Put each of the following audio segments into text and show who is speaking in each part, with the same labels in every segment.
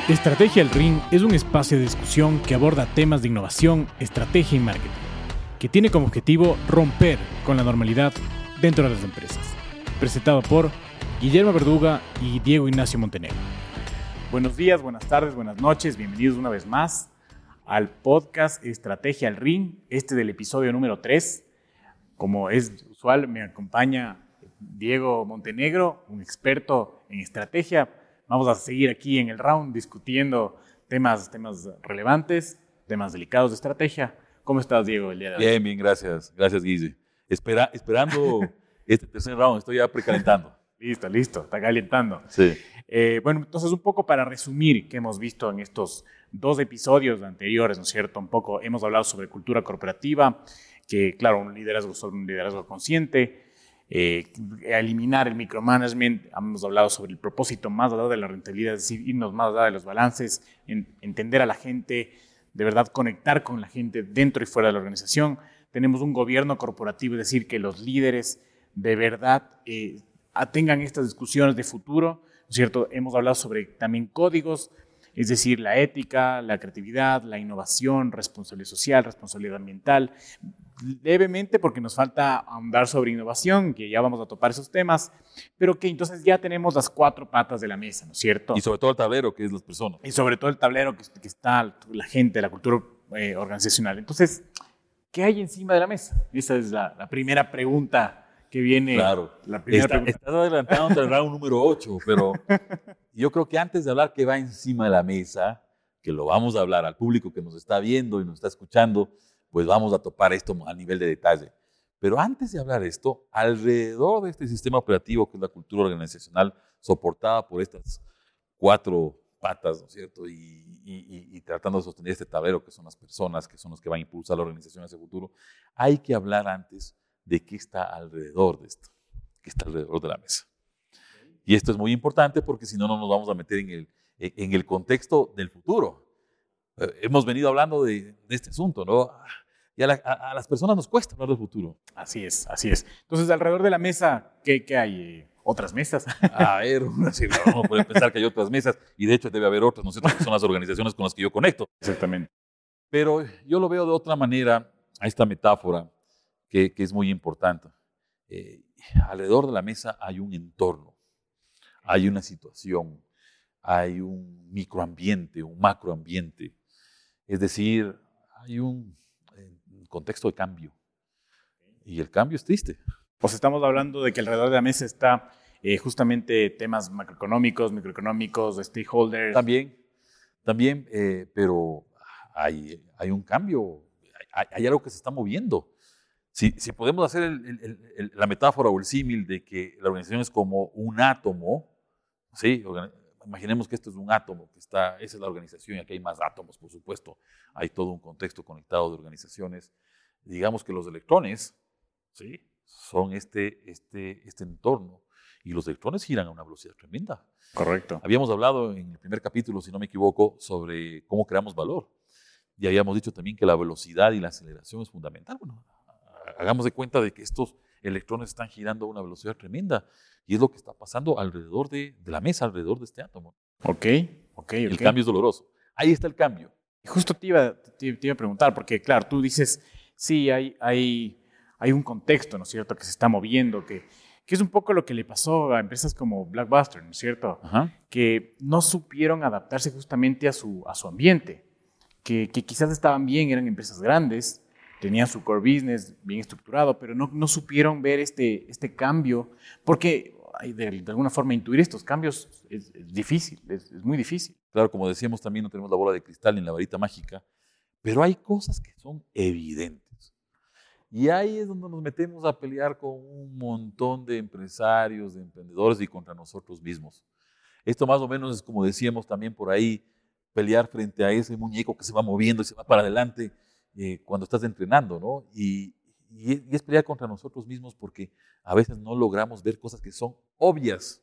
Speaker 1: Estrategia al Ring es un espacio de discusión que aborda temas de innovación, estrategia y marketing, que tiene como objetivo romper con la normalidad dentro de las empresas. Presentado por Guillermo Verduga y Diego Ignacio Montenegro. Buenos días, buenas tardes, buenas noches, bienvenidos una vez más al podcast Estrategia al Ring, del episodio número 3. Como es usual, me acompaña Diego Montenegro, un experto en estrategia. Vamos a seguir aquí en el round discutiendo temas relevantes, temas delicados de estrategia. ¿Cómo estás, Diego, el día de hoy?
Speaker 2: Bien, gracias. Gracias, Guille. Esperando este tercer round, estoy ya precalentando.
Speaker 1: Listo, está calentando.
Speaker 2: Sí.
Speaker 1: Bueno, entonces un poco para resumir qué hemos visto en estos 2 episodios anteriores, ¿no es cierto? Un poco hemos hablado sobre cultura corporativa, que claro, un liderazgo consciente, eliminar el micromanagement. Hemos hablado sobre el propósito más allá de la rentabilidad, es decir, irnos más allá de los balances, entender a la gente, de verdad conectar con la gente dentro y fuera de la organización. Tenemos un gobierno corporativo, es decir, que los líderes de verdad tengan estas discusiones de futuro, ¿no es cierto? Hemos hablado sobre también códigos, es decir, la ética, la creatividad, la innovación, responsabilidad social, responsabilidad ambiental. Levemente, porque nos falta ahondar sobre innovación, que ya vamos a topar esos temas, pero que entonces ya tenemos las 4 patas de la mesa, ¿no es cierto?
Speaker 2: Y sobre todo el tablero, que es las personas.
Speaker 1: Y sobre todo el tablero que está la gente, la cultura organizacional. Entonces, ¿qué hay encima de la mesa? Esa es la primera pregunta que viene.
Speaker 2: Claro. Estás adelantando el round número 8, pero yo creo que antes de hablar qué va encima de la mesa, que lo vamos a hablar al público que nos está viendo y nos está escuchando, pues vamos a topar esto a nivel de detalle. Pero antes de hablar esto, alrededor de este sistema operativo que es la cultura organizacional, soportada por estas 4 patas, ¿no es cierto? Y tratando de sostener este tablero, que son las personas, que son los que van a impulsar la organización hacia el futuro, hay que hablar antes de qué está alrededor de esto, qué está alrededor de la mesa. Y esto es muy importante porque si no, no nos vamos a meter en el contexto del futuro. Hemos venido hablando de este asunto, ¿no? Y a las personas nos cuesta hablar del futuro.
Speaker 1: Así es. Entonces, alrededor de la mesa, ¿qué hay? ¿Otras mesas?
Speaker 2: A ver, uno puede pensar que hay otras mesas, y de hecho debe haber otras, ¿no sé? Que son las organizaciones con las que yo conecto.
Speaker 1: Exactamente.
Speaker 2: Pero yo lo veo de otra manera, a esta metáfora, que es muy importante. Alrededor de la mesa hay un entorno, hay una situación, hay un microambiente, un macroambiente. Es decir, hay un contexto de cambio. Y el cambio es triste.
Speaker 1: Pues estamos hablando de que alrededor de la mesa está justamente temas macroeconómicos, microeconómicos, de stakeholders.
Speaker 2: También, pero hay un cambio, hay algo que se está moviendo. Si podemos hacer la metáfora o el símil de que la organización es como un átomo, ¿sí? Imaginemos que esto es un átomo, esa es la organización y aquí hay más átomos, por supuesto. Hay todo un contexto conectado de organizaciones. Digamos que los electrones, ¿sí? Son este entorno y los electrones giran a una velocidad tremenda.
Speaker 1: Correcto.
Speaker 2: Habíamos hablado en el primer capítulo, si no me equivoco, sobre cómo creamos valor. Y habíamos dicho también que la velocidad y la aceleración es fundamental. Bueno, hagamos de cuenta de que estos electrones están girando a una velocidad tremenda y es lo que está pasando alrededor de la mesa, alrededor de este átomo.
Speaker 1: Ok.
Speaker 2: El cambio es doloroso. Ahí está el cambio.
Speaker 1: Justo te iba a preguntar, porque claro, tú dices, sí, hay un contexto, ¿no es cierto?, que se está moviendo, que es un poco lo que le pasó a empresas como Blockbuster, ¿no es cierto?
Speaker 2: Ajá.
Speaker 1: Que no supieron adaptarse justamente a su ambiente, que quizás estaban bien, eran empresas grandes, tenían su core business bien estructurado, pero no supieron ver este cambio, porque de alguna forma intuir estos cambios es difícil, es muy difícil.
Speaker 2: Claro, como decíamos, también no tenemos la bola de cristal ni la varita mágica, pero hay cosas que son evidentes. Y ahí es donde nos metemos a pelear con un montón de empresarios, de emprendedores y contra nosotros mismos. Esto más o menos es como decíamos también por ahí, pelear frente a ese muñeco que se va moviendo y se va para adelante cuando estás entrenando, ¿no? Y es pelear contra nosotros mismos porque a veces no logramos ver cosas que son obvias.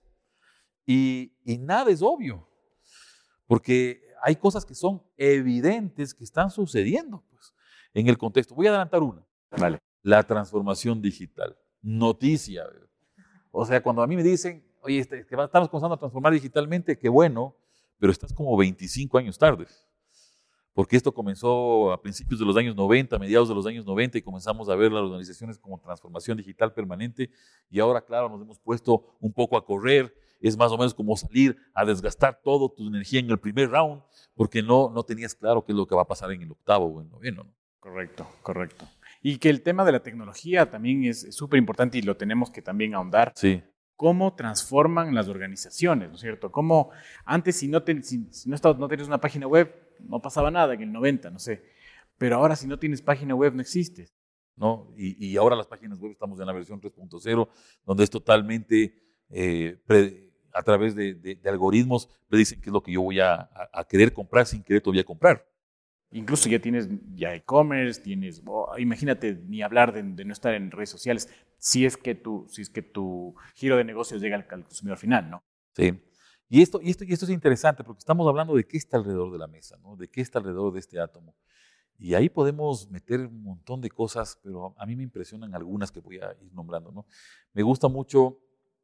Speaker 2: Y nada es obvio, porque hay cosas que son evidentes que están sucediendo pues, en el contexto. Voy a adelantar una.
Speaker 1: Vale.
Speaker 2: La transformación digital. Noticia. O sea, cuando a mí me dicen, oye, estamos comenzando a transformar digitalmente, qué bueno, pero estás como 25 años tarde. Porque esto comenzó a principios de los años 90, a mediados de los años 90, y comenzamos a ver las organizaciones como transformación digital permanente, y ahora, claro, nos hemos puesto un poco a correr. Es más o menos como salir a desgastar toda tu energía en el primer round, porque no tenías claro qué es lo que va a pasar en el octavo o en el noveno, ¿no?
Speaker 1: Correcto, correcto. Y que el tema de la tecnología también es súper importante y lo tenemos que también ahondar.
Speaker 2: Sí.
Speaker 1: Cómo transforman las organizaciones, ¿no es cierto? Cómo antes si no tenías una página web, no pasaba nada en el 90, no sé. Pero ahora si no tienes página web, no existes.
Speaker 2: ¿No? Y ahora las páginas web estamos en la versión 3.0, donde es totalmente, a través de algoritmos, predicen qué es lo que yo voy a querer comprar sin querer todavía comprar.
Speaker 1: Incluso ya tienes e-commerce, imagínate ni hablar de no estar en redes sociales, si es que tu giro de negocios llega al consumidor final, ¿no?
Speaker 2: Sí. Y esto es interesante porque estamos hablando de qué está alrededor de la mesa, ¿no? De qué está alrededor de este átomo. Y ahí podemos meter un montón de cosas, pero a mí me impresionan algunas que voy a ir nombrando, ¿no? Me gusta mucho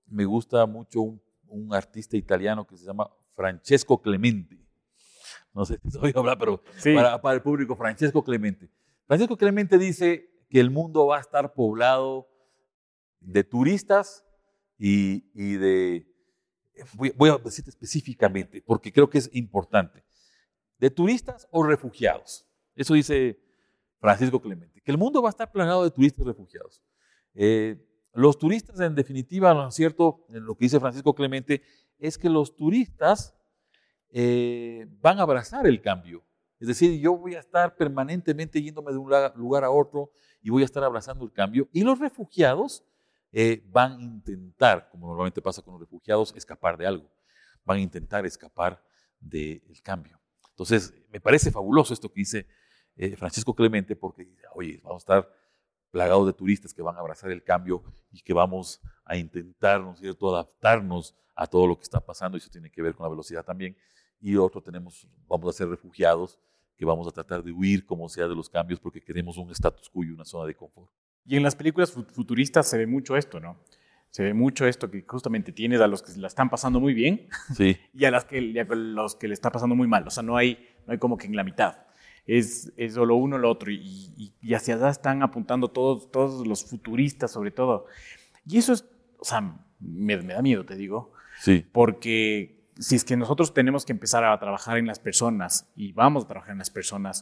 Speaker 2: un artista italiano que se llama Francesco Clemente. No sé si se oye hablar, pero
Speaker 1: sí.
Speaker 2: para el público, Francesco Clemente. Francesco Clemente dice que el mundo va a estar poblado de turistas y de... Voy a decirte específicamente, porque creo que es importante. ¿De turistas o refugiados? Eso dice Francisco Clemente, que el mundo va a estar plagado de turistas y refugiados. Los turistas, en definitiva, ¿no es cierto? Lo que dice Francisco Clemente es que los turistas van a abrazar el cambio. Es decir, yo voy a estar permanentemente yéndome de un lugar a otro y voy a estar abrazando el cambio. Y los refugiados van a intentar, como normalmente pasa con los refugiados, escapar de algo. Van a intentar escapar del cambio. Entonces, me parece fabuloso esto que dice Francisco Clemente, porque dice, oye, vamos a estar plagados de turistas que van a abrazar el cambio y que vamos a intentar, ¿no es cierto?, adaptarnos a todo lo que está pasando, y eso tiene que ver con la velocidad también. Y otro vamos a ser refugiados que vamos a tratar de huir como sea de los cambios porque queremos un status quo y una zona de confort.
Speaker 1: Y en las películas futuristas se ve mucho esto, ¿no? Se ve mucho esto que justamente tienes a los que la están pasando muy bien,
Speaker 2: sí,
Speaker 1: y a los que le está pasando muy mal. O sea, no hay como que en la mitad. Es o lo uno o lo otro. Y hacia allá están apuntando todos los futuristas, sobre todo. Y eso es, o sea, me da miedo, te digo.
Speaker 2: Sí.
Speaker 1: Porque si es que nosotros tenemos que empezar a trabajar en las personas, y vamos a trabajar en las personas,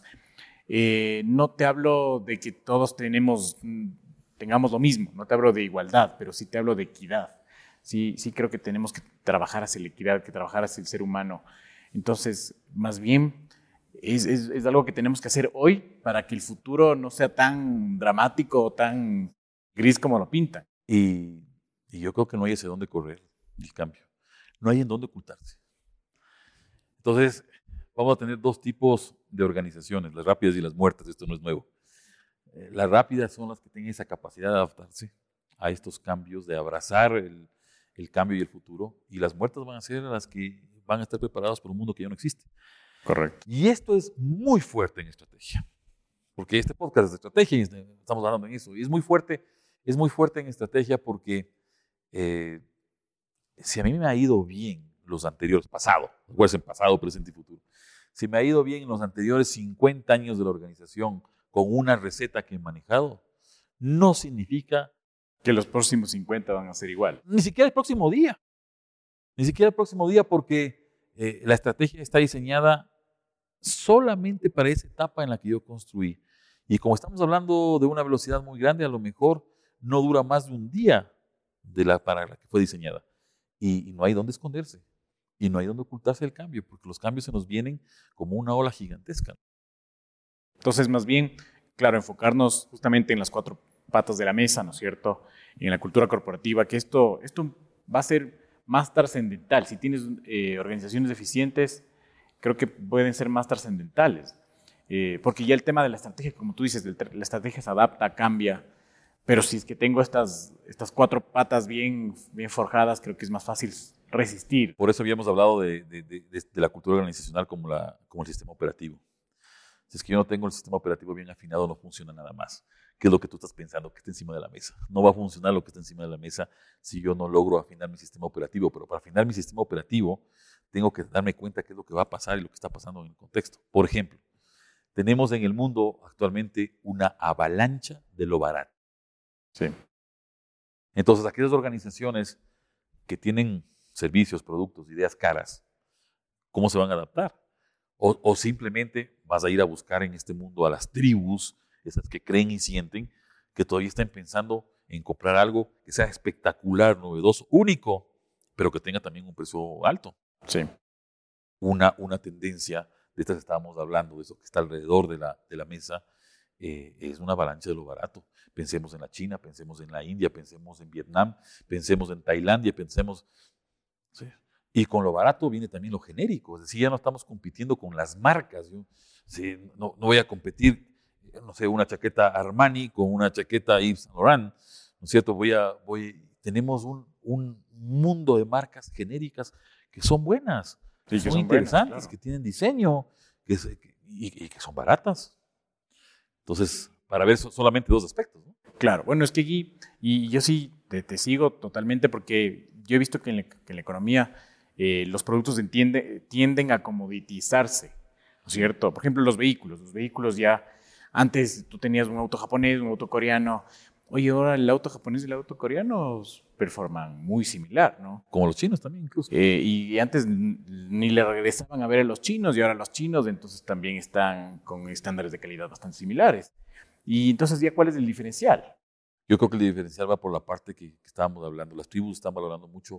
Speaker 1: no te hablo de que todos tengamos lo mismo, no te hablo de igualdad, pero sí te hablo de equidad. Sí creo que tenemos que trabajar hacia la equidad, que trabajar hacia el ser humano. Entonces, más bien, es algo que tenemos que hacer hoy para que el futuro no sea tan dramático o tan gris como lo pintan.
Speaker 2: Y yo creo que no hay hacia dónde correr el cambio. No hay en dónde ocultarse. Entonces, vamos a tener dos tipos de organizaciones, las rápidas y las muertas. Esto no es nuevo. Las rápidas son las que tienen esa capacidad de adaptarse a estos cambios, de abrazar el cambio y el futuro. Y las muertas van a ser las que van a estar preparadas por un mundo que ya no existe.
Speaker 1: Correcto.
Speaker 2: Y esto es muy fuerte en estrategia. Porque este podcast es de estrategia y estamos hablando en eso. Y es muy fuerte en estrategia porque si a mí me ha ido bien los anteriores, pasado, recuerden, pasado, presente y futuro, si me ha ido bien en los anteriores 50 años de la organización con una receta que he manejado, no significa
Speaker 1: que los próximos 50 van a ser igual.
Speaker 2: Ni siquiera el próximo día. Ni siquiera el próximo día, porque la estrategia está diseñada solamente para esa etapa en la que yo construí. Y como estamos hablando de una velocidad muy grande, a lo mejor no dura más de un día para la que fue diseñada. Y no hay dónde esconderse. Y no hay dónde ocultarse el cambio, porque los cambios se nos vienen como una ola gigantesca.
Speaker 1: Entonces, más bien, claro, enfocarnos justamente en las 4 patas de la mesa, ¿no es cierto? En la cultura corporativa, que esto va a ser más trascendental. Si tienes organizaciones eficientes, creo que pueden ser más trascendentales. Porque ya el tema de la estrategia, como tú dices, la estrategia se adapta, cambia, pero si es que tengo estas 4 patas bien forjadas, creo que es más fácil resistir.
Speaker 2: Por eso habíamos hablado de la cultura organizacional como el sistema operativo. Si es que yo no tengo el sistema operativo bien afinado, no funciona nada más. ¿Qué es lo que tú estás pensando? ¿Qué está encima de la mesa? No va a funcionar lo que está encima de la mesa si yo no logro afinar mi sistema operativo. Pero para afinar mi sistema operativo, tengo que darme cuenta qué es lo que va a pasar y lo que está pasando en el contexto. Por ejemplo, tenemos en el mundo actualmente una avalancha de lo barato.
Speaker 1: Sí.
Speaker 2: Entonces, aquellas organizaciones que tienen servicios, productos, ideas caras, ¿cómo se van a adaptar? O simplemente vas a ir a buscar en este mundo a las tribus, esas que creen y sienten, que todavía están pensando en comprar algo que sea espectacular, novedoso, único, pero que tenga también un precio alto.
Speaker 1: Sí.
Speaker 2: Una tendencia de estas que estábamos hablando, de eso que está alrededor de la mesa, es una avalancha de lo barato. Pensemos en la China, pensemos en la India, pensemos en Vietnam, pensemos en Tailandia, pensemos... Sí. Y con lo barato viene también lo genérico, es decir, ya no estamos compitiendo con las marcas. Sí, no voy a competir, no sé, una chaqueta Armani con una chaqueta Yves Saint Laurent, ¿no es cierto? Tenemos un mundo de marcas genéricas que son buenas,
Speaker 1: Sí,
Speaker 2: que son interesantes, buenas, claro, que tienen diseño y que son baratas. Entonces, para ver solamente dos aspectos, ¿no?
Speaker 1: Claro, bueno, es que Gui, y yo sí te sigo totalmente porque yo he visto que en la economía los productos tienden a comoditizarse, ¿no es cierto? Por ejemplo, los vehículos ya, antes tú tenías un auto japonés, un auto coreano, oye, ahora el auto japonés y el auto coreano performan muy similar, ¿no?
Speaker 2: Como los chinos también, incluso.
Speaker 1: Y antes ni le regresaban a ver a los chinos y ahora los chinos entonces también están con estándares de calidad bastante similares. Y entonces, ¿ya cuál es el diferencial?
Speaker 2: Yo creo que el diferencial va por la parte que estábamos hablando. Las tribus están valorando mucho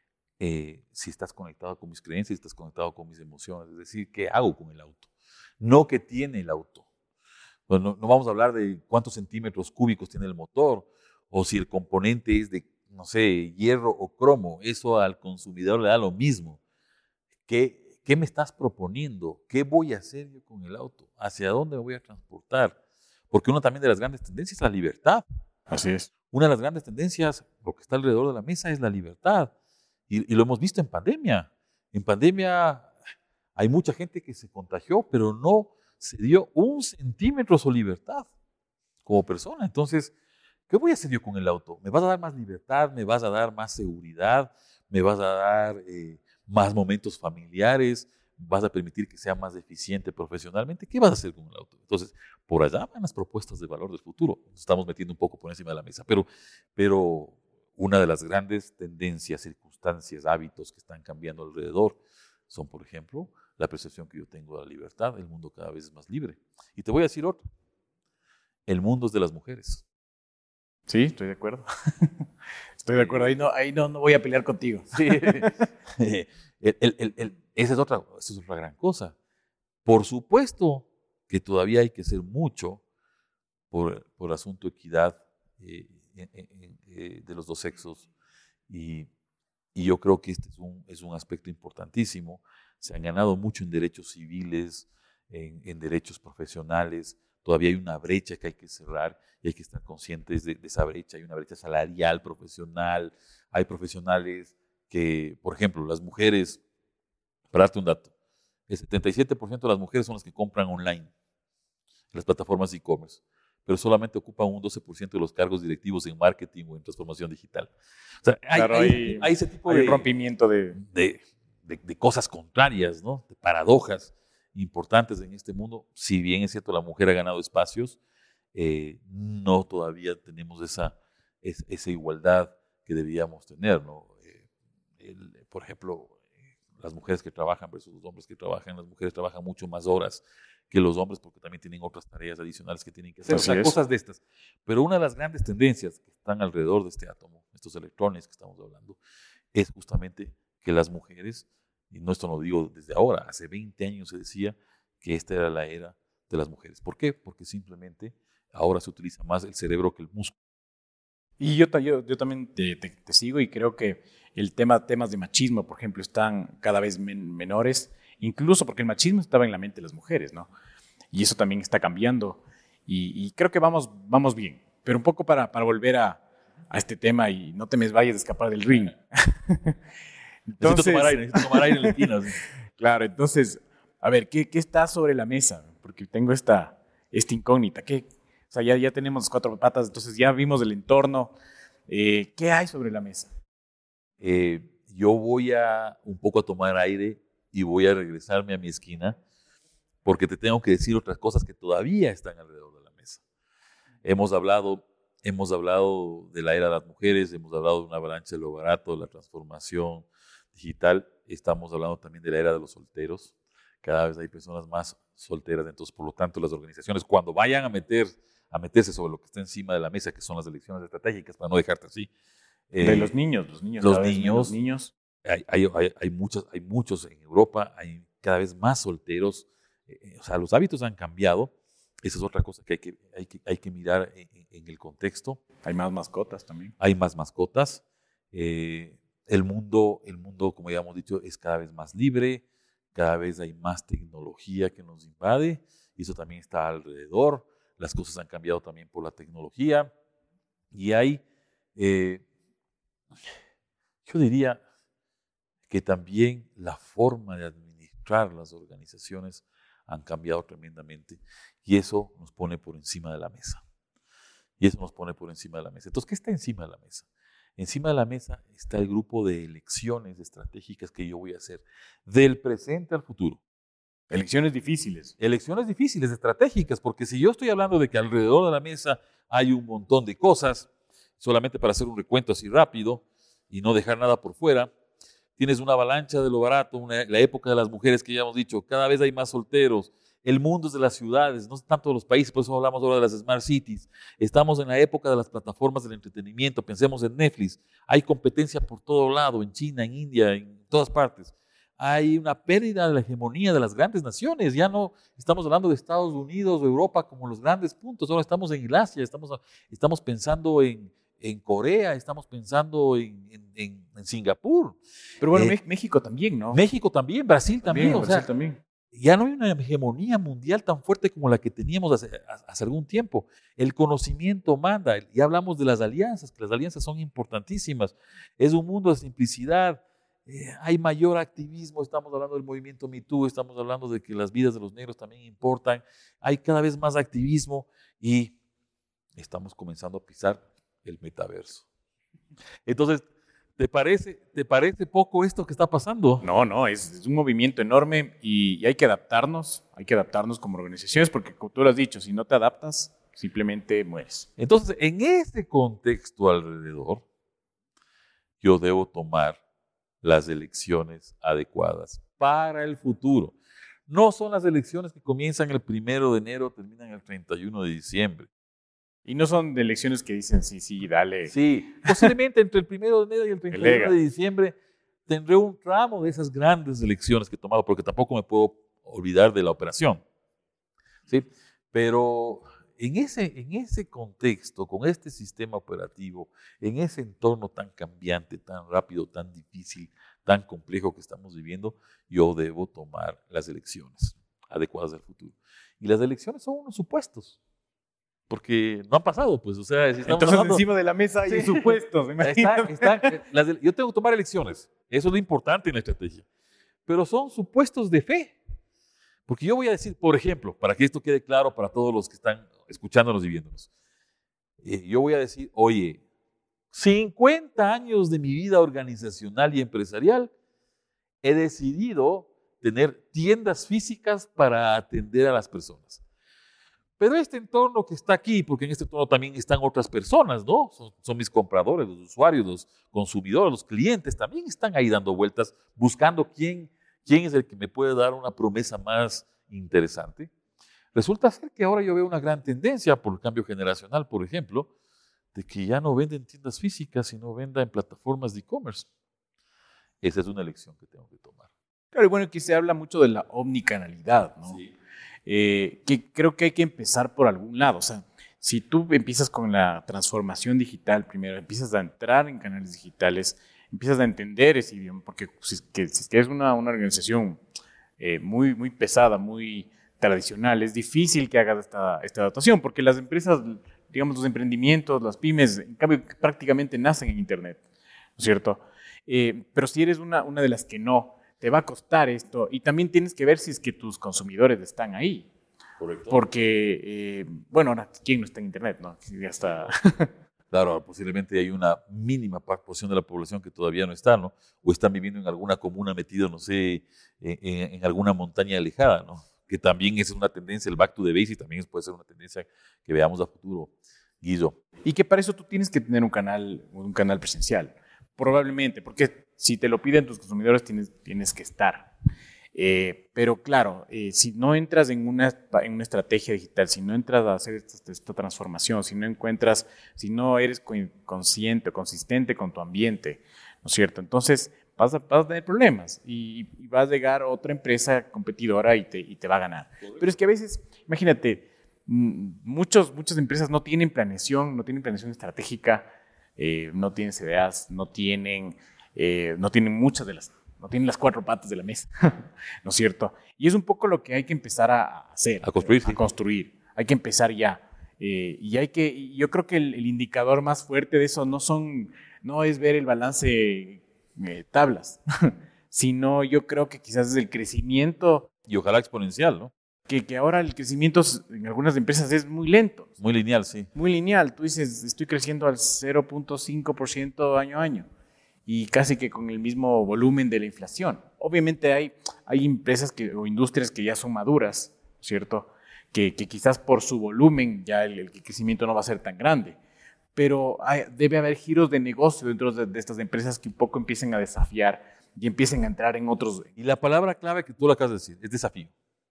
Speaker 2: si estás conectado con mis creencias, si estás conectado con mis emociones. Es decir, ¿qué hago con el auto? No qué tiene el auto. Bueno, no vamos a hablar de cuántos centímetros cúbicos tiene el motor o si el componente es de, no sé, hierro o cromo. Eso al consumidor le da lo mismo. ¿Qué me estás proponiendo? ¿Qué voy a hacer yo con el auto? ¿Hacia dónde me voy a transportar? Porque una también de las grandes tendencias es la libertad.
Speaker 1: Así es.
Speaker 2: Una de las grandes tendencias, lo que está alrededor de la mesa, es la libertad. Y lo hemos visto en pandemia. En pandemia hay mucha gente que se contagió, pero no se dio 1 centímetro su libertad como persona. Entonces, ¿qué voy a hacer yo con el auto? ¿Me vas a dar más libertad? ¿Me vas a dar más seguridad? ¿Me vas a dar más momentos familiares? ¿Vas a permitir que sea más eficiente profesionalmente? ¿Qué vas a hacer con el auto? Entonces, por allá van las propuestas de valor del futuro. Nos estamos metiendo un poco por encima de la mesa, pero una de las grandes tendencias, circunstancias, hábitos que están cambiando alrededor son, por ejemplo, la percepción que yo tengo de la libertad. El mundo cada vez es más libre. Y te voy a decir otro. El mundo es de las mujeres.
Speaker 1: Sí, estoy de acuerdo. Estoy de acuerdo. Ahí no voy a pelear contigo.
Speaker 2: Sí. Esa es otra gran cosa. Por supuesto que todavía hay que hacer mucho por asunto de equidad de los dos sexos y yo creo que este es un aspecto importantísimo. Se han ganado mucho en derechos civiles, en derechos profesionales. Todavía hay una brecha que hay que cerrar y hay que estar conscientes de esa brecha. Hay una brecha salarial, profesional. Hay profesionales que, por ejemplo, las mujeres, para darte un dato, el 77% de las mujeres son las que compran online en las plataformas e-commerce, pero solamente ocupan un 12% de los cargos directivos en marketing o en transformación digital. O sea, hay ese tipo de
Speaker 1: rompimiento de
Speaker 2: cosas contrarias, ¿no? De paradojas importantes en este mundo. Si bien es cierto, la mujer ha ganado espacios, no todavía tenemos esa igualdad que deberíamos tener, ¿no? Por ejemplo, las mujeres que trabajan versus los hombres que trabajan, las mujeres trabajan mucho más horas que los hombres porque también tienen otras tareas adicionales que tienen que hacer, o sea, cosas de estas. Pero una de las grandes tendencias que están alrededor de este átomo, estos electrones que estamos hablando, es justamente que las mujeres, y no esto no lo digo desde ahora, hace 20 años se decía que esta era la era de las mujeres. ¿Por qué? Porque simplemente ahora se utiliza más el cerebro que el músculo.
Speaker 1: Y yo también te sigo y creo que temas de machismo, por ejemplo, están cada vez menores, incluso porque el machismo estaba en la mente de las mujeres, ¿no? Y eso también está cambiando y creo que vamos bien. Pero un poco para volver a este tema y no te me vayas a escapar del ring.
Speaker 2: Entonces, necesito tomar aire en la esquina. ¿Sí?
Speaker 1: Claro, entonces, a ver, ¿qué está sobre la mesa? Porque tengo esta incógnita. O sea, ya tenemos 4 patas, entonces ya vimos el entorno. ¿Qué hay sobre la mesa?
Speaker 2: yo voy a un poco a tomar aire y voy a regresarme a mi esquina porque te tengo que decir otras cosas que todavía están alrededor de la mesa. Hemos hablado de la era de las mujeres, hemos hablado de una avalancha de lo barato, de la transformación digital, estamos hablando también de la era de los solteros. Cada vez hay personas más solteras, entonces por lo tanto las organizaciones cuando vayan a meterse sobre lo que está encima de la mesa, que son las elecciones estratégicas, para no dejarte así.
Speaker 1: De los niños.
Speaker 2: Hay muchos en Europa, hay cada vez más solteros, o sea, los hábitos han cambiado. Esa es otra cosa que hay que mirar en el contexto.
Speaker 1: Hay más mascotas también.
Speaker 2: Hay más mascotas. El mundo, como ya hemos dicho, es cada vez más libre, cada vez hay más tecnología que nos invade, y eso también está alrededor. Las cosas han cambiado también por la tecnología, y yo diría que también la forma de administrar las organizaciones han cambiado tremendamente, y eso nos pone por encima de la mesa. Entonces, ¿qué está encima de la mesa? Encima de la mesa está el grupo de elecciones estratégicas que yo voy a hacer del presente al futuro.
Speaker 1: Elecciones difíciles,
Speaker 2: estratégicas, porque si yo estoy hablando de que alrededor de la mesa hay un montón de cosas, solamente para hacer un recuento así rápido y no dejar nada por fuera, tienes una avalancha de lo barato, la época de las mujeres que ya hemos dicho, cada vez hay más solteros, el mundo es de las ciudades, no tanto de los países, por eso hablamos ahora de las smart cities. Estamos en la época de las plataformas del entretenimiento, pensemos en Netflix, hay competencia por todo lado, en China, en India, en todas partes. Hay una pérdida de la hegemonía de las grandes naciones, ya no estamos hablando de Estados Unidos o Europa como los grandes puntos, ahora estamos en el Asia, estamos pensando en Corea, estamos pensando en Singapur.
Speaker 1: Pero bueno, México también, ¿no?
Speaker 2: México también, Brasil también.
Speaker 1: Brasil también.
Speaker 2: Ya no hay una hegemonía mundial tan fuerte como la que teníamos hace algún tiempo. El conocimiento manda. Ya hablamos de las alianzas, que las alianzas son importantísimas. Es un mundo de simplicidad. Hay mayor activismo. Estamos hablando del movimiento Me Too. Estamos hablando de que las vidas de los negros también importan. Hay cada vez más activismo y estamos comenzando a pisar el metaverso. Entonces, ¿te parece poco esto que está pasando?
Speaker 1: No, es un movimiento enorme y hay que adaptarnos como organizaciones, porque como tú lo has dicho, si no te adaptas, simplemente mueres.
Speaker 2: Entonces, en ese contexto alrededor, yo debo tomar las elecciones adecuadas para el futuro. No son las elecciones que comienzan el 1 de enero, terminan el 31 de diciembre.
Speaker 1: Y no son de elecciones que dicen sí, dale.
Speaker 2: Sí, posiblemente entre el 1 de enero y el 31 de diciembre tendré un tramo de esas grandes elecciones que he tomado, porque tampoco me puedo olvidar de la operación. ¿Sí? Pero en ese contexto, con este sistema operativo, en ese entorno tan cambiante, tan rápido, tan difícil, tan complejo que estamos viviendo, yo debo tomar las elecciones adecuadas al futuro. Y las elecciones son unos supuestos. Porque no han pasado, pues, o sea, si
Speaker 1: entonces hablando, encima de la mesa hay supuestos.
Speaker 2: Yo tengo que tomar elecciones, eso es lo importante en la estrategia, pero son supuestos de fe, porque yo voy a decir, por ejemplo, para que esto quede claro para todos los que están escuchándonos y viéndonos, yo voy a decir, oye, 50 años de mi vida organizacional y empresarial, he decidido tener tiendas físicas para atender a las personas. Pero este entorno que está aquí, porque en este entorno también están otras personas, ¿no? Son mis compradores, los usuarios, los consumidores, los clientes, también están ahí dando vueltas, buscando quién es el que me puede dar una promesa más interesante. Resulta ser que ahora yo veo una gran tendencia por el cambio generacional, por ejemplo, de que ya no venden tiendas físicas, sino venden en plataformas de e-commerce. Esa es una elección que tengo que tomar.
Speaker 1: Claro, y bueno, aquí se habla mucho de la omnicanalidad, ¿no? Sí. Que creo que hay que empezar por algún lado. O sea, si tú empiezas con la transformación digital primero, empiezas a entrar en canales digitales, empiezas a entender ese idioma, porque si es que es una organización muy, muy pesada, muy tradicional, es difícil que hagas esta adaptación, porque las empresas, digamos, los emprendimientos, las pymes, en cambio, prácticamente nacen en Internet, ¿no es cierto? Pero si eres una de las que no, te va a costar esto, y también tienes que ver si es que tus consumidores están ahí.
Speaker 2: Correcto.
Speaker 1: Porque, bueno, ahora, ¿quién no está en Internet? ¿No? Ya está.
Speaker 2: Claro, posiblemente hay una mínima porción de la población que todavía no está, ¿no? O están viviendo en alguna comuna metido, no sé, en alguna montaña alejada, ¿no? Que también es una tendencia, el back to the basics también puede ser una tendencia que veamos a futuro, Guillo.
Speaker 1: Y que para eso tú tienes que tener un canal presencial, probablemente, porque si te lo piden tus consumidores tienes que estar. Pero claro, si no entras en una estrategia digital, si no entras a hacer esta transformación, si no eres consciente o consistente con tu ambiente, ¿no es cierto? Entonces vas a tener problemas y va a llegar otra empresa competidora y te va a ganar. Pero es que a veces, imagínate, muchas empresas no tienen planeación estratégica, no tienen CDAs, no tienen no tienen las 4 patas de la mesa, ¿no es cierto? Y es un poco lo que hay que empezar a hacer.
Speaker 2: A construir.
Speaker 1: A construir. Hay que empezar ya. Yo creo que el indicador más fuerte de eso no es ver el balance tablas, sino yo creo que quizás es el crecimiento.
Speaker 2: Y ojalá exponencial, ¿no?
Speaker 1: Que ahora el crecimiento en algunas empresas es muy lento.
Speaker 2: Muy lineal, sí.
Speaker 1: Muy lineal. Tú dices, estoy creciendo al 0.5% año a año y casi que con el mismo volumen de la inflación. Obviamente hay empresas o industrias que ya son maduras, ¿cierto? Que quizás por su volumen ya el crecimiento no va a ser tan grande. Pero debe haber giros de negocio dentro de estas empresas que un poco empiecen a desafiar y empiecen a entrar en otros.
Speaker 2: Y la palabra clave que tú lo acabas de decir es desafío.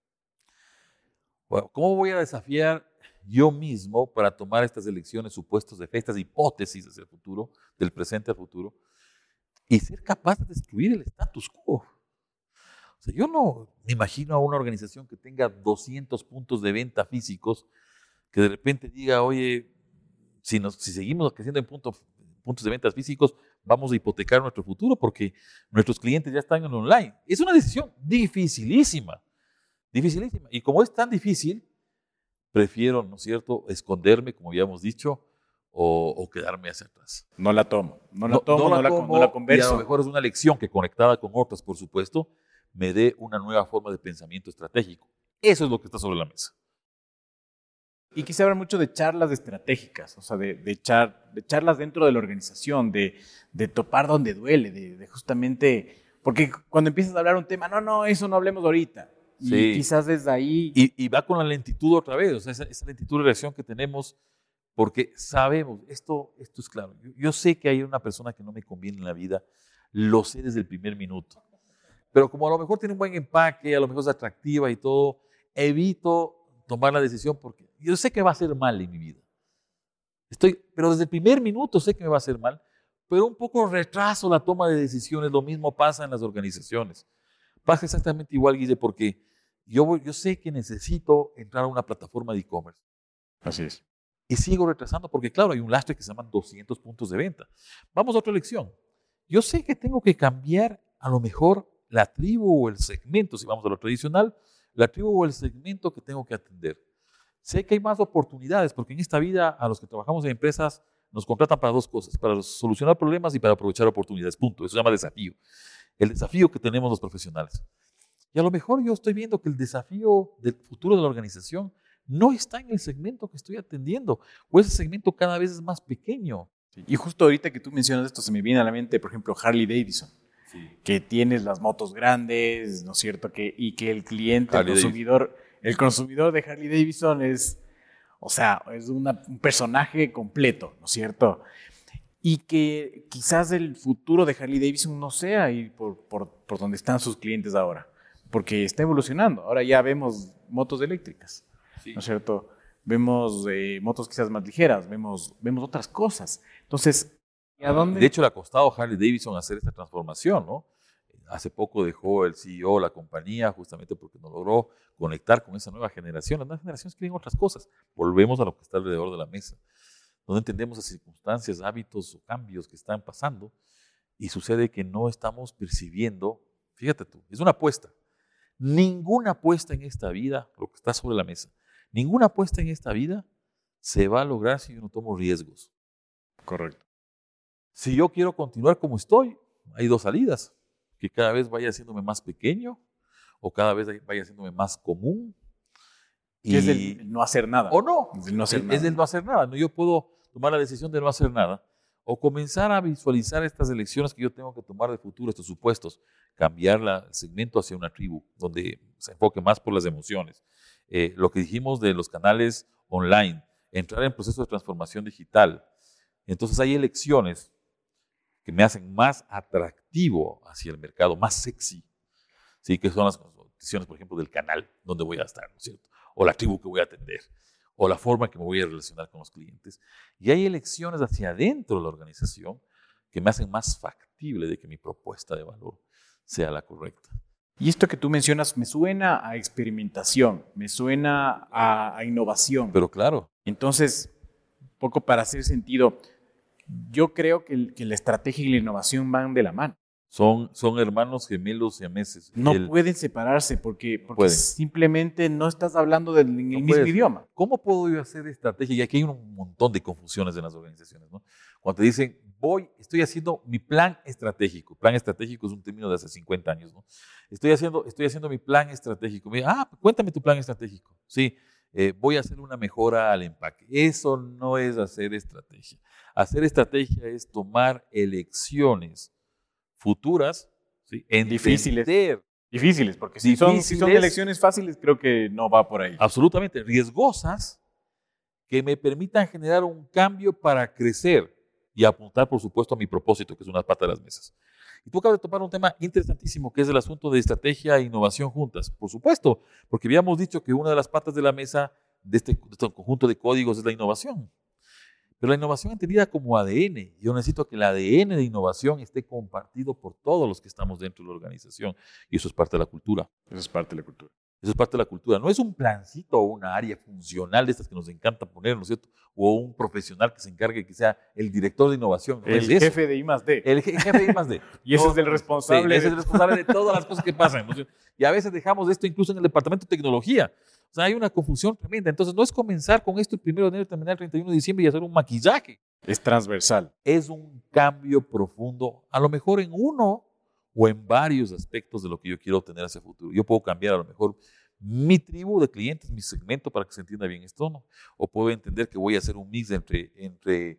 Speaker 2: Bueno, ¿cómo voy a desafiar yo mismo para tomar estas elecciones, supuestos de fe, estas hipótesis hacia el futuro, del presente al futuro, y ser capaz de destruir el status quo? O sea, yo no me imagino a una organización que tenga 200 puntos de venta físicos que de repente diga, oye, si seguimos creciendo en puntos de venta físicos, vamos a hipotecar nuestro futuro porque nuestros clientes ya están en online. Es una decisión dificilísima. Y como es tan difícil, prefiero, ¿no es cierto?, esconderme, como habíamos dicho, o quedarme hacia atrás.
Speaker 1: No la tomo, no la converso.
Speaker 2: Y a lo mejor es una lección que, conectada con otras, por supuesto, me dé una nueva forma de pensamiento estratégico. Eso es lo que está sobre la mesa.
Speaker 1: Y quise hablar mucho de charlas estratégicas, o sea, de charlas dentro de la organización, de topar donde duele, de justamente, porque cuando empiezas a hablar un tema, no, eso no hablemos ahorita.
Speaker 2: Sí.
Speaker 1: Y quizás desde ahí.
Speaker 2: Y va con la lentitud otra vez, o sea, esa lentitud de reacción que tenemos, porque sabemos, esto es claro. Yo sé que hay una persona que no me conviene en la vida, lo sé desde el primer minuto. Pero como a lo mejor tiene un buen empaque, a lo mejor es atractiva y todo, evito tomar la decisión porque yo sé que va a hacer mal en mi vida. Pero desde el primer minuto sé que me va a hacer mal, pero un poco retraso la toma de decisiones. Lo mismo pasa en las organizaciones. Pasa exactamente igual, Guille, porque yo sé que necesito entrar a una plataforma de e-commerce.
Speaker 1: Así es.
Speaker 2: Y sigo retrasando porque, claro, hay un lastre que se llaman 200 puntos de venta. Vamos a otra lección. Yo sé que tengo que cambiar a lo mejor la tribu o el segmento, si vamos a lo tradicional, la tribu o el segmento que tengo que atender. Sé que hay más oportunidades porque en esta vida a los que trabajamos en empresas nos contratan para 2 cosas, para solucionar problemas y para aprovechar oportunidades, punto. Eso se llama desafío. El desafío que tenemos los profesionales. Y a lo mejor yo estoy viendo que el desafío del futuro de la organización no está en el segmento que estoy atendiendo, o ese segmento cada vez es más pequeño.
Speaker 1: Sí. Y justo ahorita que tú mencionas esto, se me viene a la mente, por ejemplo, Harley Davidson, sí, que tienes las motos grandes, ¿no es cierto? Y que el cliente, el consumidor de Harley Davidson es un personaje completo, ¿no es cierto? Y que quizás el futuro de Harley Davidson no sea ir por donde están sus clientes ahora, porque está evolucionando. Ahora ya vemos motos eléctricas, sí, ¿no es cierto? Vemos motos quizás más ligeras, vemos otras cosas. Entonces, ¿a dónde?
Speaker 2: De hecho, le ha costado a Harley Davidson hacer esta transformación, ¿no? Hace poco dejó el CEO la compañía justamente porque no logró conectar con esa nueva generación. Las nuevas generaciones quieren otras cosas. Volvemos a lo que está alrededor de la mesa. No entendemos las circunstancias, hábitos o cambios que están pasando y sucede que no estamos percibiendo. Fíjate tú, es una apuesta. Ninguna apuesta en esta vida, lo que está sobre la mesa, ninguna apuesta en esta vida se va a lograr si yo no tomo riesgos.
Speaker 1: Correcto.
Speaker 2: Si yo quiero continuar como estoy, hay 2 salidas. Que cada vez vaya haciéndome más pequeño o cada vez vaya haciéndome más común.
Speaker 1: Y es el no hacer nada.
Speaker 2: O no.
Speaker 1: Es el no hacer nada.
Speaker 2: Es el no hacer nada. ¿No? Yo puedo tomar la decisión de no hacer nada, o comenzar a visualizar estas elecciones que yo tengo que tomar de futuro, estos supuestos, cambiar el segmento hacia una tribu, donde se enfoque más por las emociones. Lo que dijimos de los canales online, entrar en proceso de transformación digital. Entonces hay elecciones que me hacen más atractivo hacia el mercado, más sexy, ¿sí? Que son las decisiones, por ejemplo, del canal donde voy a estar, ¿no es cierto? O la tribu que voy a atender, o la forma en que me voy a relacionar con los clientes. Y hay elecciones hacia adentro de la organización que me hacen más factible de que mi propuesta de valor sea la correcta.
Speaker 1: Y esto que tú mencionas me suena a experimentación, me suena a innovación.
Speaker 2: Pero claro.
Speaker 1: Entonces, un poco para hacer sentido, yo creo que la estrategia y la innovación van de la mano.
Speaker 2: Son hermanos gemelos siameses.
Speaker 1: No pueden separarse porque
Speaker 2: pueden.
Speaker 1: Simplemente no estás hablando en el mismo idioma.
Speaker 2: ¿Cómo puedo yo hacer estrategia? Y aquí hay un montón de confusiones en las organizaciones, ¿no? Cuando te dicen, estoy haciendo mi plan estratégico. Plan estratégico es un término de hace 50 años, ¿no? Estoy haciendo mi plan estratégico. Cuéntame tu plan estratégico. Sí, voy a hacer una mejora al empaque. Eso no es hacer estrategia. Hacer estrategia es tomar elecciones futuras, ¿sí?
Speaker 1: Difíciles, porque si son elecciones fáciles, creo que no va por ahí.
Speaker 2: Absolutamente, riesgosas, que me permitan generar un cambio para crecer y apuntar, por supuesto, a mi propósito, que es una pata de las mesas. Y tú acabas de tomar un tema interesantísimo, que es el asunto de estrategia e innovación juntas. Por supuesto, porque habíamos dicho que una de las patas de la mesa de este conjunto de códigos es la innovación. Pero la innovación entendida como ADN. Yo necesito que el ADN de innovación esté compartido por todos los que estamos dentro de la organización. Y eso es parte de la cultura.
Speaker 1: Eso es parte de la cultura.
Speaker 2: Eso es parte de la cultura. No es un plancito o una área funcional de estas que nos encanta poner, ¿no es cierto? O un profesional que se encargue que sea el director de innovación. No
Speaker 1: el jefe de I+D.
Speaker 2: El jefe de I+D.
Speaker 1: Y ese es el responsable.
Speaker 2: Sí, ese es el responsable de todas las cosas que pasan, ¿no? Y a veces dejamos esto incluso en el departamento de tecnología. O sea, hay una confusión tremenda. Entonces, no es comenzar con esto el 1 de enero y terminar el 31 de diciembre y hacer un maquillaje.
Speaker 1: Es transversal.
Speaker 2: Es un cambio profundo, a lo mejor en uno o en varios aspectos de lo que yo quiero obtener hacia el futuro. Yo puedo cambiar a lo mejor mi tribu de clientes, mi segmento para que se entienda bien esto, ¿no? O puedo entender que voy a hacer un mix entre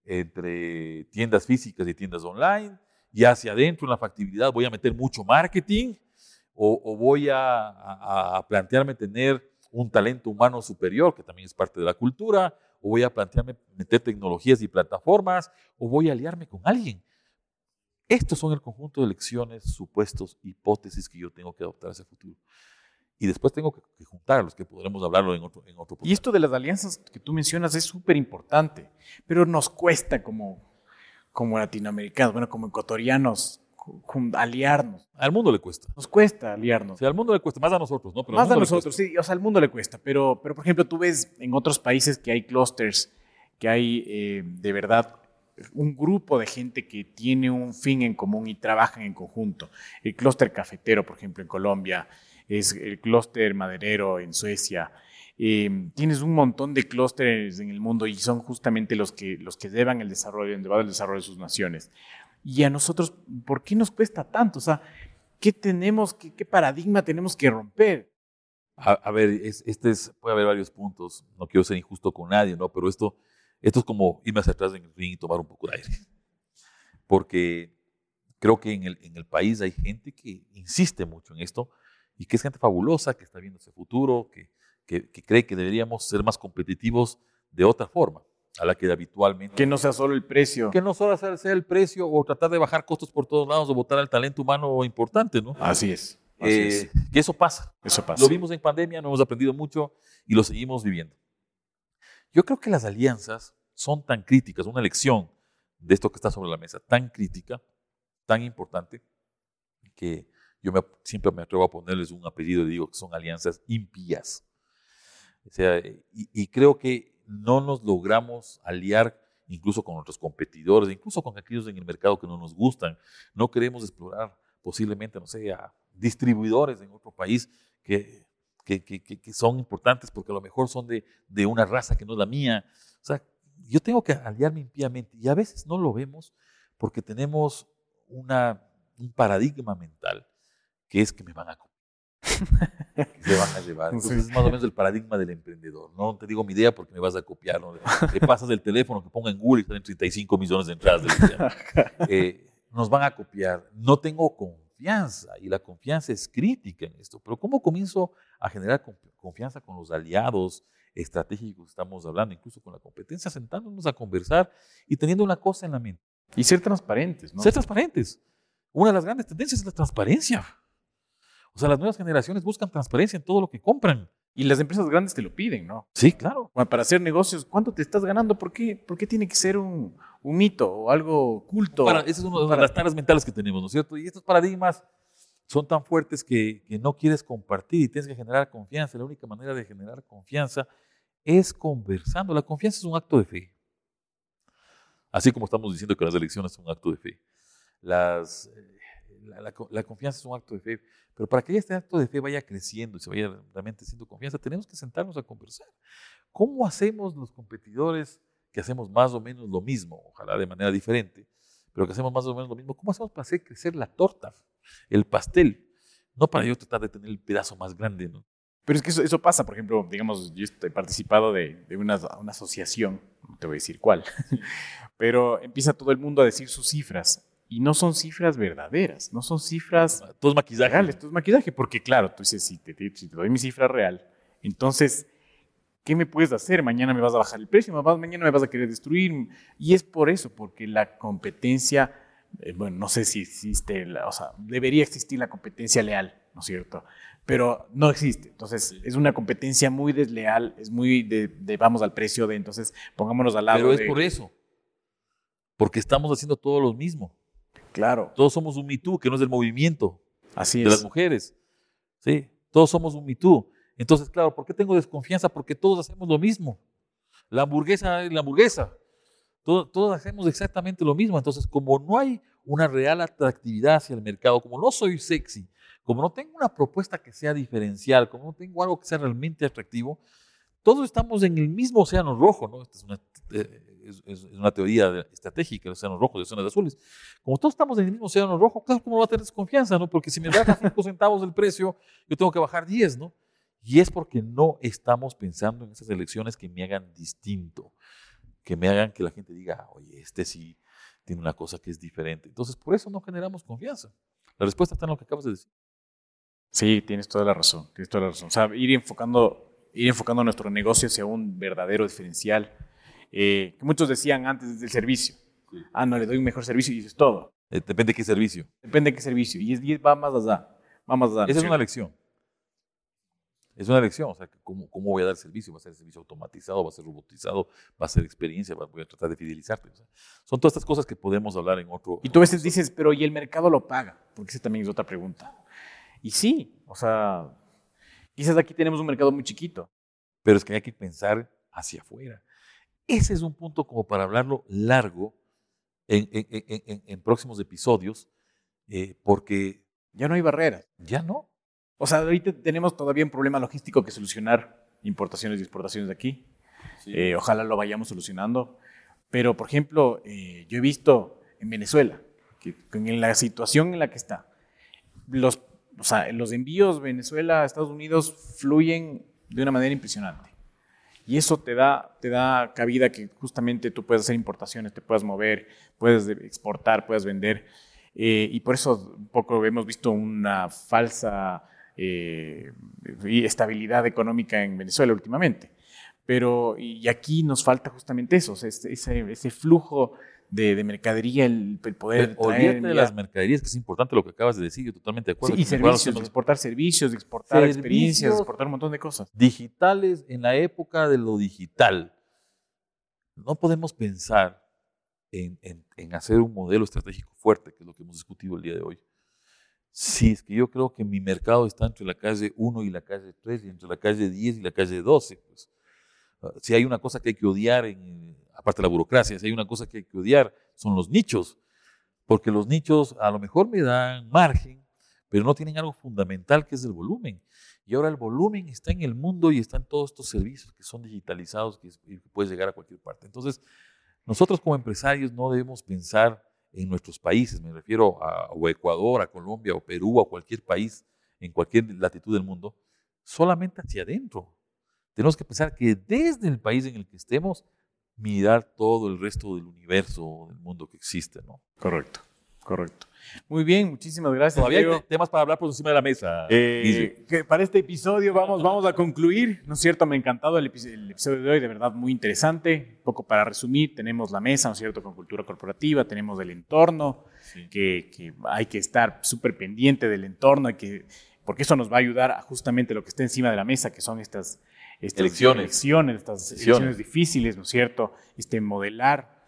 Speaker 2: tiendas físicas y tiendas online, y hacia adentro en la factibilidad voy a meter mucho marketing, o voy a plantearme tener un talento humano superior, que también es parte de la cultura, o voy a plantearme meter tecnologías y plataformas, o voy a aliarme con alguien. Estos son el conjunto de lecciones, supuestos, hipótesis que yo tengo que adoptar hacia el futuro. Y después tengo que juntarlos, que podremos hablarlo en otro programa.
Speaker 1: Y esto de las alianzas que tú mencionas es súper importante, pero nos cuesta como latinoamericanos, bueno, como ecuatorianos, aliarnos.
Speaker 2: Al mundo le cuesta.
Speaker 1: Nos cuesta aliarnos.
Speaker 2: Sí, al mundo le cuesta, más a nosotros, ¿no?
Speaker 1: Pero más a nosotros, sí, o sea, al mundo le cuesta. Pero, por ejemplo, tú ves en otros países que hay clústeres, que hay de verdad un grupo de gente que tiene un fin en común y trabajan en conjunto. El clúster cafetero, por ejemplo, en Colombia, es el clúster maderero en Suecia. Tienes un montón de clústeres en el mundo y son justamente los que llevan el desarrollo de sus naciones. Y a nosotros, ¿por qué nos cuesta tanto? O sea, ¿qué paradigma tenemos que romper?
Speaker 2: A ver, puede haber varios puntos. No quiero ser injusto con nadie, ¿no? Pero esto es como irme hacia atrás en el ring y tomar un poco de aire. Porque creo que en el país hay gente que insiste mucho en esto y que es gente fabulosa, que está viendo ese futuro, que cree que deberíamos ser más competitivos de otra forma a la que habitualmente.
Speaker 1: Que no sea solo el precio.
Speaker 2: Que no solo sea el precio o tratar de bajar costos por todos lados o botar al talento humano importante, ¿no?
Speaker 1: Así es.
Speaker 2: Que eso pasa.
Speaker 1: Eso pasa.
Speaker 2: Lo vimos en pandemia, no hemos aprendido mucho y lo seguimos viviendo. Yo creo que las alianzas son tan críticas, una lección de esto que está sobre la mesa, tan crítica, tan importante, que yo siempre me atrevo a ponerles un apellido y digo que son alianzas impías. O sea, y creo que no nos logramos aliar incluso con nuestros competidores, incluso con aquellos en el mercado que no nos gustan. No queremos explorar posiblemente, no sé, a distribuidores en otro país que son importantes porque a lo mejor son de una raza que no es la mía. O sea, yo tengo que aliarme impíamente y a veces no lo vemos porque tenemos un paradigma mental que es que me van a comer. que se van a llevar. Entonces, es más o menos el paradigma del emprendedor. No te digo mi idea porque me vas a copiar, ¿no? Le pasas el teléfono que ponga en Google y salen 35 millones de entradas de la idea. Nos van a copiar. No tengo confianza y la confianza es crítica en esto. Pero ¿cómo comienzo a generar confianza con los aliados estratégicos que estamos hablando, incluso con la competencia, sentándonos a conversar y teniendo una cosa en la mente?
Speaker 1: Y ser transparentes, ¿no?
Speaker 2: Ser transparentes. Una de las grandes tendencias es la transparencia. O sea, las nuevas generaciones buscan transparencia en todo lo que compran.
Speaker 1: Y las empresas grandes te lo piden, ¿no?
Speaker 2: Sí, claro.
Speaker 1: Bueno, para hacer negocios, ¿cuánto te estás ganando? ¿Por qué tiene que ser un mito o algo oculto?
Speaker 2: Esa es una de las taras mentales que tenemos, ¿no es cierto? Y estos paradigmas son tan fuertes que no quieres compartir y tienes que generar confianza. La única manera de generar confianza es conversando. La confianza es un acto de fe. Así como estamos diciendo que las elecciones son un acto de fe. La confianza es un acto de fe. Pero para que este acto de fe vaya creciendo y se vaya realmente siendo confianza, tenemos que sentarnos a conversar. ¿Cómo hacemos los competidores que hacemos más o menos lo mismo? Ojalá de manera diferente, pero que hacemos más o menos lo mismo. ¿Cómo hacemos para hacer crecer la torta, el pastel? No para yo tratar de tener el pedazo más grande, ¿no?
Speaker 1: Pero es que eso pasa, por ejemplo, digamos, yo he participado de una asociación, no te voy a decir cuál, pero empieza todo el mundo a decir sus cifras y no son cifras verdaderas, no son cifras
Speaker 2: todo es maquillaje
Speaker 1: reales, todo es maquillaje, porque claro, tú dices, si te doy mi cifra real, entonces, ¿qué me puedes hacer? Mañana me vas a bajar el precio, mañana me vas a querer destruir, y es por eso, porque la competencia, bueno, no sé si existe, o sea, debería existir la competencia leal, ¿no es cierto? Pero no existe. Entonces, es una competencia muy desleal, es muy de vamos al precio de, entonces, pongámonos al lado.
Speaker 2: Pero es por eso, porque estamos haciendo todo lo mismo.
Speaker 1: Claro.
Speaker 2: Todos somos un Me Too, que no es el movimiento
Speaker 1: Así
Speaker 2: de las mujeres. Sí, todos somos un Me Too. Entonces, claro, ¿por qué tengo desconfianza? Porque todos hacemos lo mismo. La hamburguesa es la hamburguesa. Todos hacemos exactamente lo mismo. Entonces, como no hay una real atractividad hacia el mercado, como no soy sexy, como no tengo una propuesta que sea diferencial, como no tengo algo que sea realmente atractivo, todos estamos en el mismo océano rojo, ¿no? Esta es una teoría estratégica, el océano rojo, de océanos azules. Como todos estamos en el mismo océano rojo, claro, ¿cómo no va a tener desconfianza, no? Porque si me baja 5 centavos el precio, yo tengo que bajar 10, ¿no? Y es porque no estamos pensando en esas elecciones que me hagan distinto, que me hagan que la gente diga, oye, este sí tiene una cosa que es diferente. Entonces, por eso no generamos confianza. La respuesta está en lo que acabas de decir.
Speaker 1: Sí, tienes toda la razón, tienes toda la razón. O sea, ir enfocando nuestro negocio hacia un verdadero diferencial. Que muchos decían antes del servicio. Sí. No, le doy un mejor servicio y eso es todo.
Speaker 2: Depende de qué servicio.
Speaker 1: Depende de qué servicio. Y va más allá. Va más allá.
Speaker 2: Esa es una lección. Es una lección. O sea, ¿cómo voy a dar servicio? ¿Va a ser servicio automatizado? ¿Va a ser robotizado? ¿Va a ser experiencia? ¿Voy a tratar de fidelizarte? O sea, son todas estas cosas que podemos hablar en otro...
Speaker 1: Y tú a veces dices, pero ¿y el mercado lo paga? Porque esa también es otra pregunta. Y sí, o sea, quizás aquí tenemos un mercado muy chiquito.
Speaker 2: Pero es que hay que pensar hacia afuera. Ese es un punto como para hablarlo largo en próximos episodios, porque...
Speaker 1: Ya no hay barreras.
Speaker 2: Ya no.
Speaker 1: O sea, ahorita tenemos todavía un problema logístico que solucionar, importaciones y exportaciones de aquí. Sí. Ojalá lo vayamos solucionando. Pero, por ejemplo, yo he visto en Venezuela, que en la situación en la que está, los envíos Venezuela a Estados Unidos fluyen de una manera impresionante. Y eso te da cabida que justamente tú puedes hacer importaciones, te puedas mover, puedes exportar, puedes vender. Y por eso un poco hemos visto una falsa estabilidad económica en Venezuela últimamente. Pero y aquí nos falta justamente eso, o sea, ese flujo de mercadería, el poder
Speaker 2: traer... Olvídate de las mercaderías, que es importante lo que acabas de decir, yo totalmente de acuerdo.
Speaker 1: Sí, y servicios, exportar servicios, exportar experiencias, exportar un montón de cosas.
Speaker 2: Digitales en la época de lo digital. No podemos pensar en hacer un modelo estratégico fuerte, que es lo que hemos discutido el día de hoy. Sí, es que yo creo que mi mercado está entre la calle 1 y la calle 3, y entre la calle 10 y la calle 12. Pues. Si hay una cosa que hay que odiar, aparte de la burocracia, si hay una cosa que hay que odiar, son los nichos. Porque los nichos a lo mejor me dan margen, pero no tienen algo fundamental que es el volumen. Y ahora el volumen está en el mundo y está en todos estos servicios que son digitalizados y que puedes llegar a cualquier parte. Entonces, nosotros como empresarios no debemos pensar en nuestros países, me refiero a Ecuador, a Colombia, o Perú, a cualquier país en cualquier latitud del mundo, solamente hacia adentro. Tenemos que pensar que desde el país en el que estemos, mirar todo el resto del universo, del mundo que existe, ¿no?
Speaker 1: Correcto, correcto. Muy bien, muchísimas gracias.
Speaker 2: Todavía
Speaker 1: Diego.
Speaker 2: hay temas para hablar por encima de la mesa.
Speaker 1: Que para este episodio vamos a concluir, ¿no es cierto? Me ha encantado el episodio de hoy, de verdad muy interesante. Un poco para resumir, tenemos la mesa, ¿no es cierto?, con cultura corporativa, tenemos el entorno,
Speaker 2: Sí.
Speaker 1: que hay que estar súper pendiente del entorno, porque eso nos va a ayudar a justamente lo que está encima de la mesa, que son estas
Speaker 2: Elecciones.
Speaker 1: estas elecciones difíciles, ¿no es cierto? Modelar.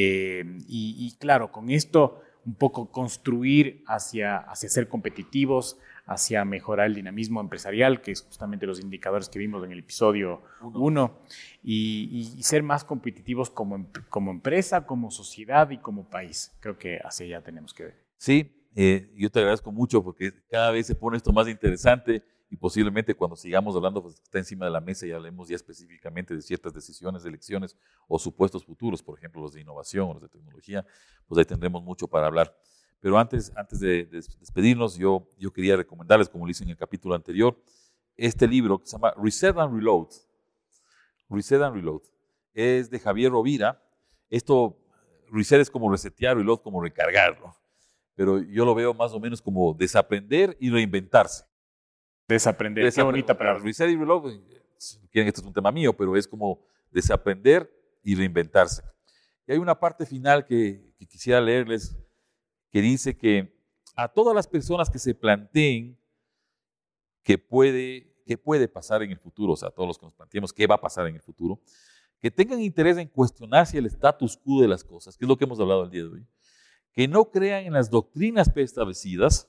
Speaker 1: Y claro, con esto un poco construir hacia ser competitivos, hacia mejorar el dinamismo empresarial, que es justamente los indicadores que vimos en el episodio 1, y ser más competitivos como empresa, como sociedad y como país. Creo que hacia allá tenemos que ver.
Speaker 2: Sí, yo te agradezco mucho porque cada vez se pone esto más interesante y posiblemente cuando sigamos hablando, pues está encima de la mesa y hablemos ya específicamente de ciertas decisiones, elecciones o supuestos futuros, por ejemplo, los de innovación o los de tecnología, pues ahí tendremos mucho para hablar. Pero antes de despedirnos, yo quería recomendarles, como lo hice en el capítulo anterior, este libro que se llama Reset and Reload. Reset and Reload. Es de Javier Rovira. Esto, reset es como resetear, reload como recargarlo. Pero yo lo veo más o menos como desaprender y reinventarse.
Speaker 1: Desaprender, qué bonita palabra.
Speaker 2: Reset y reload, quieren, esto es un tema mío, pero es como desaprender y reinventarse. Y hay una parte final que quisiera leerles que dice que a todas las personas que se planteen qué puede pasar en el futuro, o sea, a todos los que nos planteemos qué va a pasar en el futuro, que tengan interés en cuestionarse el status quo de las cosas, que es lo que hemos hablado el día de hoy, que no crean en las doctrinas preestablecidas,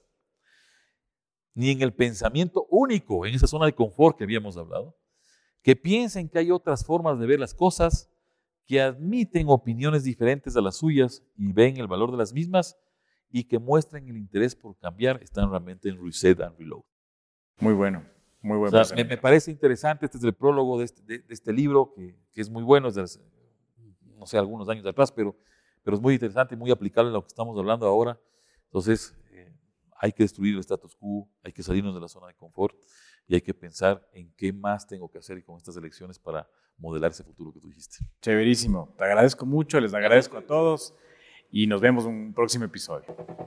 Speaker 2: ni en el pensamiento único, en esa zona de confort que habíamos hablado, que piensen que hay otras formas de ver las cosas, que admiten opiniones diferentes a las suyas y ven el valor de las mismas y que muestren el interés por cambiar, están realmente en Reset and Reload.
Speaker 1: Muy bueno, muy bueno.
Speaker 2: O sea, me parece interesante, este es el prólogo de este libro, que es muy bueno, es de hace, no sé, algunos años atrás, pero es muy interesante y muy aplicable a lo que estamos hablando ahora. Entonces, hay que destruir el status quo, hay que salirnos de la zona de confort y hay que pensar en qué más tengo que hacer con estas elecciones para modelar ese futuro que tú dijiste.
Speaker 1: Chéverísimo. Te agradezco mucho, les agradezco a todos y nos vemos en un próximo episodio.